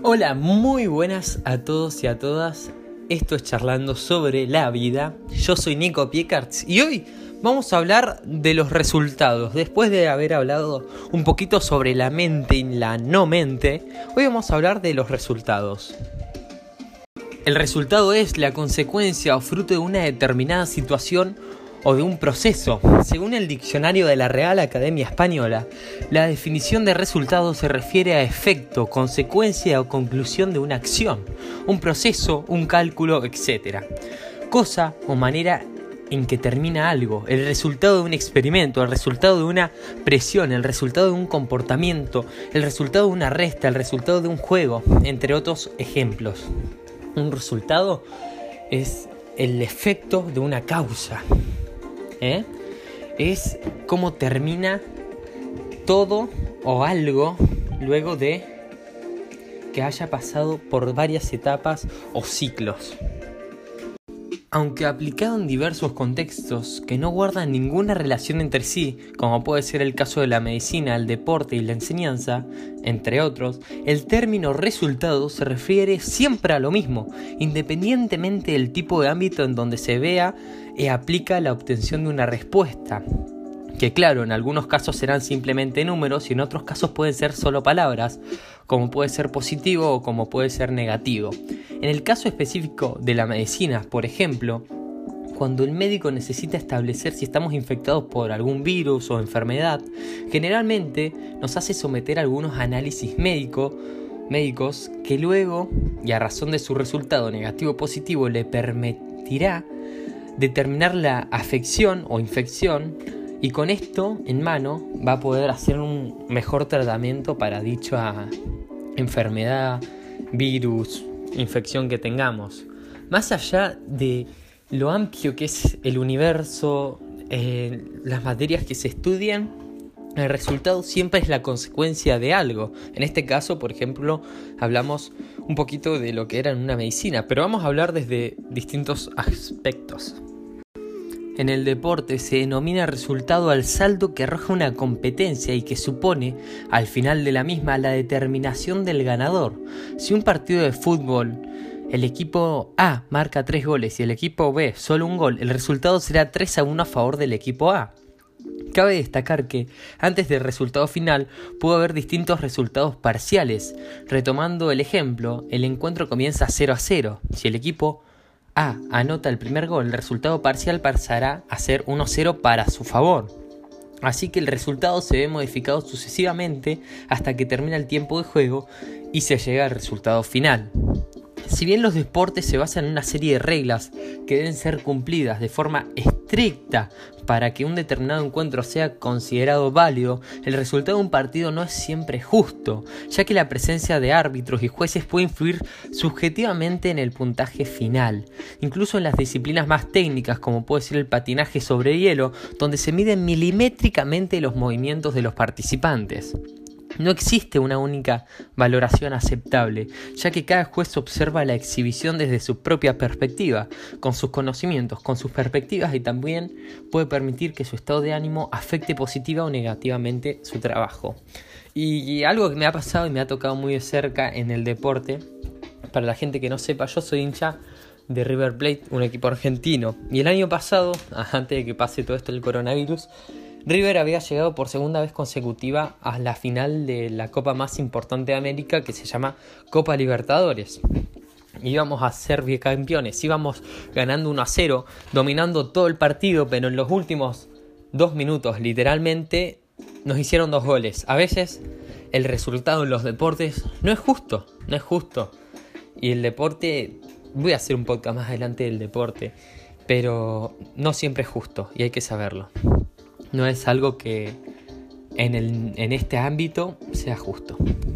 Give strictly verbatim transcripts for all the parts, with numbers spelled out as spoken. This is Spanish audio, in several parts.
Hola, muy buenas a todos y a todas. Esto es Charlando sobre la vida. Yo soy Nico Piecarts y hoy vamos a hablar de los resultados. Después de haber hablado un poquito sobre la mente y la no mente, hoy vamos a hablar de los resultados. El resultado es la consecuencia o fruto de una determinada situación o de un proceso. Según el diccionario de la Real Academia Española, la definición de resultado se refiere a efecto, consecuencia o conclusión de una acción, un proceso, un cálculo, etcétera. Cosa o manera en que termina algo, el resultado de un experimento, el resultado de una presión, el resultado de un comportamiento, el resultado de una resta, el resultado de un juego, entre otros ejemplos. Un resultado es el efecto de una causa. ¿Eh? Es cómo termina todo o algo luego de que haya pasado por varias etapas o ciclos. Aunque aplicado en diversos contextos que no guardan ninguna relación entre sí, como puede ser el caso de la medicina, el deporte y la enseñanza, entre otros, el término resultado se refiere siempre a lo mismo, independientemente del tipo de ámbito en donde se vea e aplica la obtención de una respuesta. Que claro, en algunos casos serán simplemente números y en otros casos pueden ser solo palabras, como puede ser positivo o como puede ser negativo. En el caso específico de la medicina, por ejemplo, cuando el médico necesita establecer si estamos infectados por algún virus o enfermedad, generalmente nos hace someter a algunos análisis médico, médicos que luego, y a razón de su resultado negativo o positivo, le permitirá determinar la afección o infección, y con esto en mano va a poder hacer un mejor tratamiento para dicha enfermedad, virus, infección que tengamos. Más allá de lo amplio que es el universo, eh, las materias que se estudian, el resultado siempre es la consecuencia de algo. En este caso, por ejemplo, hablamos un poquito de lo que era en una medicina, pero vamos a hablar desde distintos aspectos. En el deporte se denomina resultado al saldo que arroja una competencia y que supone, al final de la misma, la determinación del ganador. Si un partido de fútbol, el equipo A marca tres goles y el equipo B solo un gol, el resultado será tres a uno a favor del equipo A. Cabe destacar que, antes del resultado final, pudo haber distintos resultados parciales. Retomando el ejemplo, el encuentro comienza cero a cero. Si el equipo A anota el primer gol, el resultado parcial pasará a ser uno a cero para su favor. Así que el resultado se ve modificado sucesivamente hasta que termina el tiempo de juego y se llega al resultado final. Si bien los deportes se basan en una serie de reglas que deben ser cumplidas de forma estricta para que un determinado encuentro sea considerado válido, el resultado de un partido no es siempre justo, ya que la presencia de árbitros y jueces puede influir subjetivamente en el puntaje final. Incluso en las disciplinas más técnicas, como puede ser el patinaje sobre hielo, donde se miden milimétricamente los movimientos de los participantes. No existe una única valoración aceptable, ya que cada juez observa la exhibición desde su propia perspectiva, con sus conocimientos, con sus perspectivas, y también puede permitir que su estado de ánimo afecte positiva o negativamente su trabajo. Y, y algo que me ha pasado y me ha tocado muy de cerca en el deporte, para la gente que no sepa, yo soy hincha de River Plate, un equipo argentino, y el año pasado, antes de que pase todo esto del coronavirus, River había llegado por segunda vez consecutiva a la final de la copa más importante de América, que se llama Copa Libertadores. Íbamos a ser bicampeones, íbamos ganando uno a cero, dominando todo el partido, pero en los últimos dos minutos literalmente nos hicieron dos goles. A veces el resultado en los deportes no es justo, no es justo. Y el deporte, voy a hacer un podcast más adelante del deporte, pero no siempre es justo y hay que saberlo. No es algo que en, el, en este ámbito sea justo.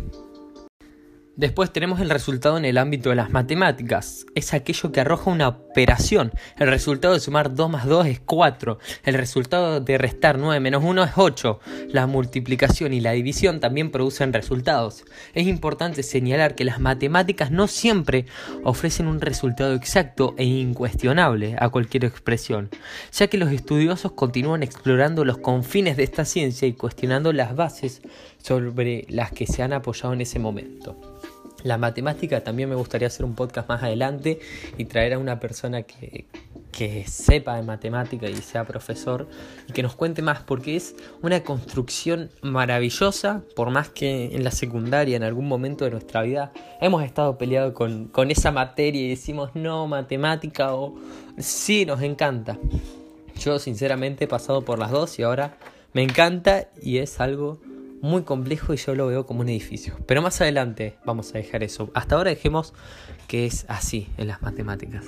Después tenemos el resultado en el ámbito de las matemáticas. Es aquello que arroja una operación. El resultado de sumar dos más dos es cuatro. El resultado de restar nueve menos uno es ocho. La multiplicación y la división también producen resultados. Es importante señalar que las matemáticas no siempre ofrecen un resultado exacto e incuestionable a cualquier expresión, ya que los estudiosos continúan explorando los confines de esta ciencia y cuestionando las bases sobre las que se han apoyado en ese momento. La matemática también me gustaría hacer un podcast más adelante y traer a una persona que, que sepa de matemática y sea profesor y que nos cuente más, porque es una construcción maravillosa. Por más que en la secundaria, en algún momento de nuestra vida, hemos estado peleados con, con esa materia y decimos no, matemática, o sí, nos encanta. Yo sinceramente he pasado por las dos y ahora me encanta, y es algo muy complejo y yo lo veo como un edificio. Pero más adelante vamos a dejar eso. Hasta ahora dejemos que es así en las matemáticas.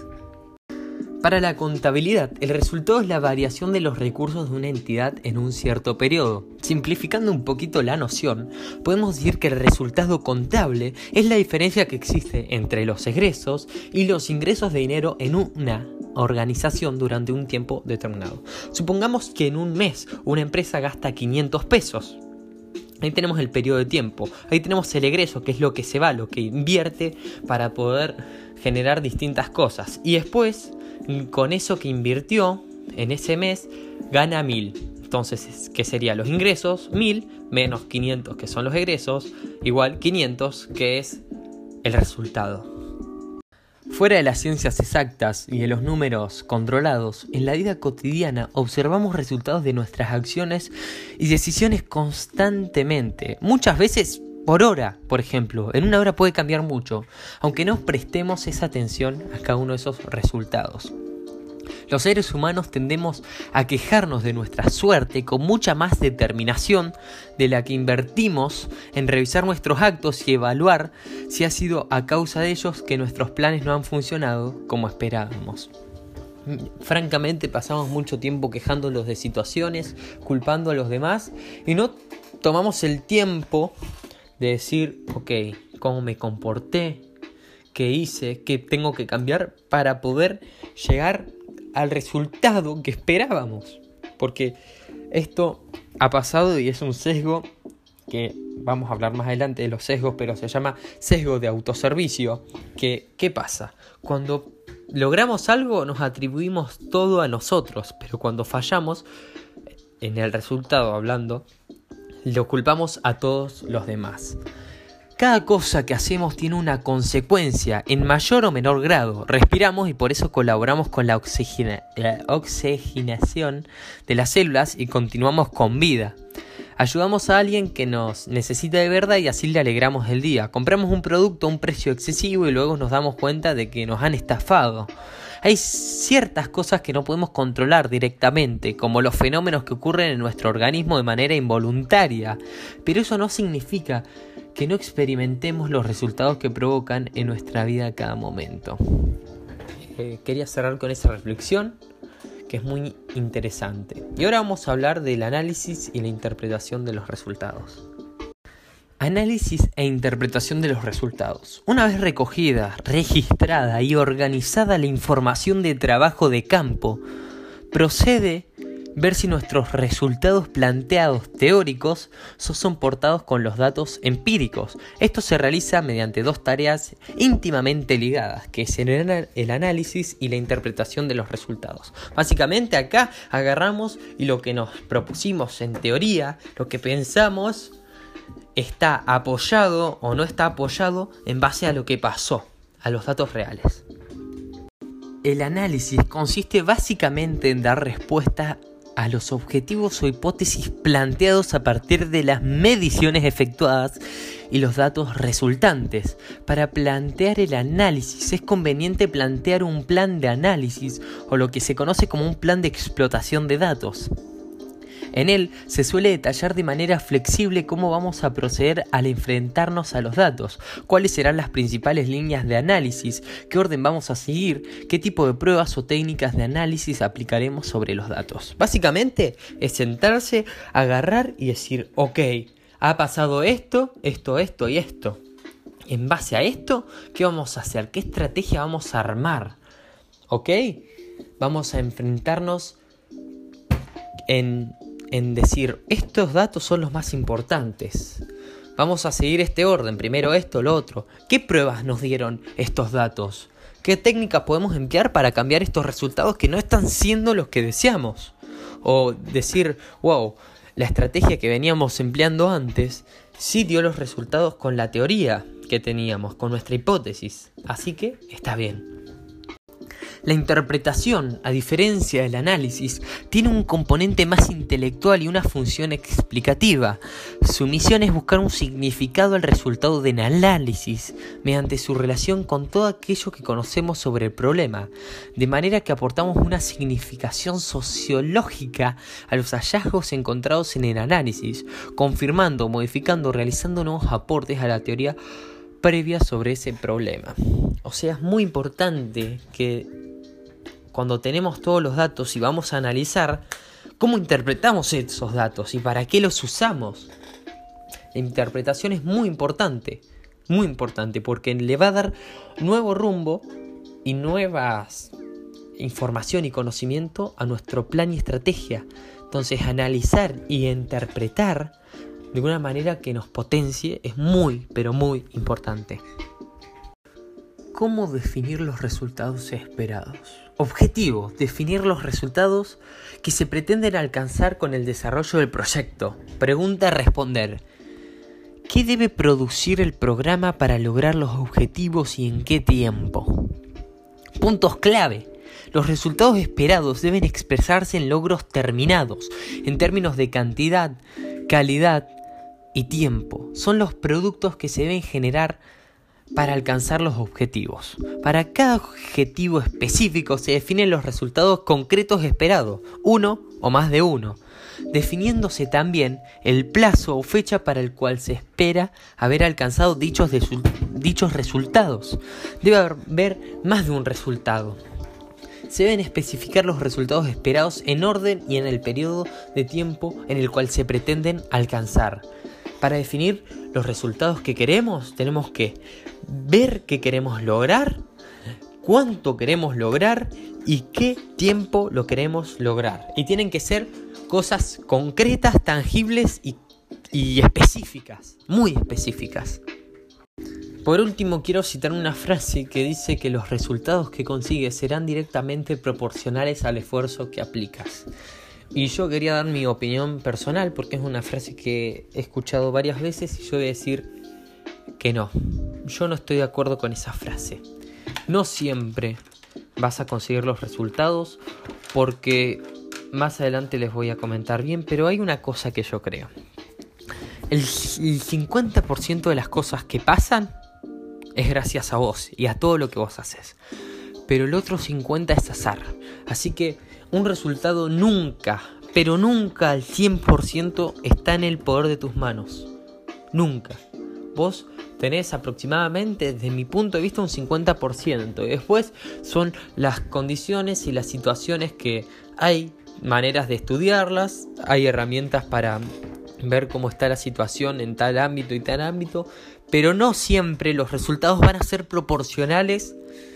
Para la contabilidad, el resultado es la variación de los recursos de una entidad en un cierto periodo. Simplificando un poquito la noción, podemos decir que el resultado contable es la diferencia que existe entre los egresos y los ingresos de dinero en una organización durante un tiempo determinado. Supongamos que en un mes una empresa gasta quinientos pesos. Ahí tenemos el periodo de tiempo. Ahí tenemos el egreso, que es lo que se va, lo que invierte para poder generar distintas cosas. Y después, con eso que invirtió en ese mes, gana mil. Entonces, ¿qué serían los ingresos? mil menos quinientos, que son los egresos, igual quinientos, que es el resultado. Fuera de las ciencias exactas y de los números controlados, en la vida cotidiana observamos resultados de nuestras acciones y decisiones constantemente, muchas veces por hora, por ejemplo. En una hora puede cambiar mucho, aunque no prestemos esa atención a cada uno de esos resultados. Los seres humanos tendemos a quejarnos de nuestra suerte con mucha más determinación de la que invertimos en revisar nuestros actos y evaluar si ha sido a causa de ellos que nuestros planes no han funcionado como esperábamos. Francamente, pasamos mucho tiempo quejándonos de situaciones, culpando a los demás y no tomamos el tiempo de decir, ok, ¿cómo me comporté? ¿Qué hice? ¿Qué tengo que cambiar para poder llegar al resultado que esperábamos? Porque esto ha pasado y es un sesgo que vamos a hablar más adelante de los sesgos, pero se llama sesgo de autoservicio. Que, ¿qué pasa? Cuando logramos algo nos atribuimos todo a nosotros, pero cuando fallamos en el resultado, hablando, lo culpamos a todos los demás. Cada cosa que hacemos tiene una consecuencia en mayor o menor grado. Respiramos y por eso colaboramos con la, oxigena, la oxigenación de las células y continuamos con vida. Ayudamos a alguien que nos necesita de verdad y así le alegramos el día. Compramos un producto a un precio excesivo y luego nos damos cuenta de que nos han estafado. Hay ciertas cosas que no podemos controlar directamente, como los fenómenos que ocurren en nuestro organismo de manera involuntaria, pero eso no significa que no experimentemos los resultados que provocan en nuestra vida a cada momento. Eh, quería cerrar con esa reflexión, que es muy interesante. Y ahora vamos a hablar del análisis y la interpretación de los resultados. Análisis e interpretación de los resultados. Una vez recogida, registrada y organizada la información de trabajo de campo, procede ver si nuestros resultados planteados teóricos son soportados con los datos empíricos. Esto se realiza mediante dos tareas íntimamente ligadas, que es el, el análisis y la interpretación de los resultados. Básicamente acá agarramos y lo que nos propusimos en teoría, lo que pensamos, está apoyado o no está apoyado en base a lo que pasó, a los datos reales. El análisis consiste básicamente en dar respuesta a los objetivos o hipótesis planteados a partir de las mediciones efectuadas y los datos resultantes. Para plantear el análisis es conveniente plantear un plan de análisis o lo que se conoce como un plan de explotación de datos. En él se suele detallar de manera flexible cómo vamos a proceder al enfrentarnos a los datos, cuáles serán las principales líneas de análisis, qué orden vamos a seguir, qué tipo de pruebas o técnicas de análisis aplicaremos sobre los datos. Básicamente es sentarse, agarrar y decir, ok, ha pasado esto, esto, esto y esto. En base a esto, ¿qué vamos a hacer? ¿Qué estrategia vamos a armar? ¿Ok? Vamos a enfrentarnos en... en decir, estos datos son los más importantes. Vamos a seguir este orden, primero esto, lo otro. ¿Qué pruebas nos dieron estos datos? ¿Qué técnicas podemos emplear para cambiar estos resultados que no están siendo los que deseamos? O decir, wow, la estrategia que veníamos empleando antes sí dio los resultados con la teoría. que teníamos, con nuestra hipótesis. Así que está bien. La interpretación, a diferencia del análisis, tiene un componente más intelectual y una función explicativa. Su misión es buscar un significado al resultado del análisis, mediante su relación con todo aquello que conocemos sobre el problema, de manera que aportamos una significación sociológica a los hallazgos encontrados en el análisis, confirmando, modificando, realizando nuevos aportes a la teoría previa sobre ese problema. O sea, es muy importante que cuando tenemos todos los datos y vamos a analizar, ¿cómo interpretamos esos datos y para qué los usamos? La interpretación es muy importante, muy importante, porque le va a dar nuevo rumbo y nuevas información y conocimiento a nuestro plan y estrategia. Entonces, analizar y interpretar de una manera que nos potencie es muy, pero muy importante. ¿Cómo definir los resultados esperados? Objetivo: definir los resultados que se pretenden alcanzar con el desarrollo del proyecto. Pregunta a responder: ¿qué debe producir el programa para lograr los objetivos y en qué tiempo? Puntos clave: los resultados esperados deben expresarse en logros terminados, en términos de cantidad, calidad y tiempo. Son los productos que se deben generar para alcanzar los objetivos. Para cada objetivo específico se definen los resultados concretos esperados, uno o más de uno, definiéndose también el plazo o fecha para el cual se espera haber alcanzado dichos, desu- dichos resultados. Debe haber más de un resultado. Se deben especificar los resultados esperados en orden y en el periodo de tiempo en el cual se pretenden alcanzar. Para definir los resultados que queremos, tenemos que ver qué queremos lograr, cuánto queremos lograr y qué tiempo lo queremos lograr. Y tienen que ser cosas concretas, tangibles y, y específicas, muy específicas. Por último, quiero citar una frase que dice que los resultados que consigues serán directamente proporcionales al esfuerzo que aplicas. Y yo quería dar mi opinión personal porque es una frase que he escuchado varias veces y yo voy a decir que no. Yo no estoy de acuerdo con esa frase. No siempre vas a conseguir los resultados porque más adelante les voy a comentar bien, pero hay una cosa que yo creo. El, el cincuenta por ciento de las cosas que pasan es gracias a vos y a todo lo que vos haces. Pero el otro cincuenta por ciento es azar. Así que un resultado nunca, pero nunca al cien por ciento está en el poder de tus manos. Nunca. Vos tenés aproximadamente, desde mi punto de vista, un cincuenta por ciento. Y después son las condiciones y las situaciones que hay maneras de estudiarlas, hay herramientas para ver cómo está la situación en tal ámbito y tal ámbito, pero no siempre los resultados van a ser proporcionales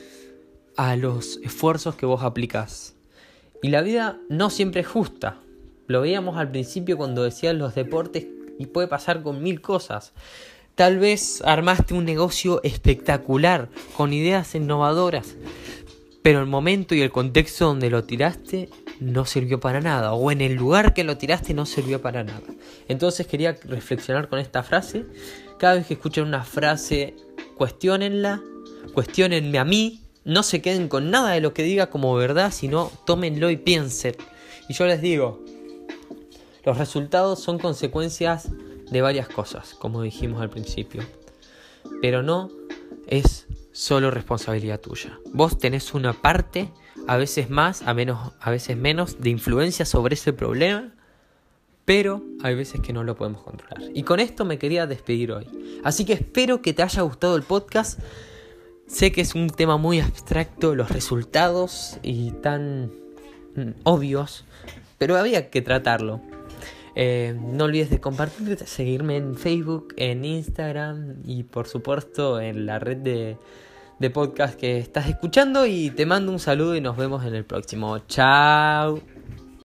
a los esfuerzos que vos aplicás. Y la vida no siempre es justa. Lo veíamos al principio cuando decían los deportes y puede pasar con mil cosas. Tal vez armaste un negocio espectacular, con ideas innovadoras, pero el momento y el contexto donde lo tiraste no sirvió para nada, o en el lugar que lo tiraste no sirvió para nada. Entonces quería reflexionar con esta frase. Cada vez que escuchen una frase, cuestiónenla, cuestiónenme a mí. No se queden con nada de lo que diga como verdad, sino tómenlo y piensen. Y yo les digo, los resultados son consecuencias de varias cosas, como dijimos al principio. Pero no es solo responsabilidad tuya. Vos tenés una parte, a veces más, a, menos, a veces menos, de influencia sobre ese problema, pero hay veces que no lo podemos controlar. Y con esto me quería despedir hoy. Así que espero que te haya gustado el podcast. Sé que es un tema muy abstracto, los resultados y tan mm, obvios, pero había que tratarlo. Eh, no olvides de compartir, de seguirme en Facebook, en Instagram y por supuesto en la red de, de podcast que estás escuchando. Y te mando un saludo y nos vemos en el próximo. Chao.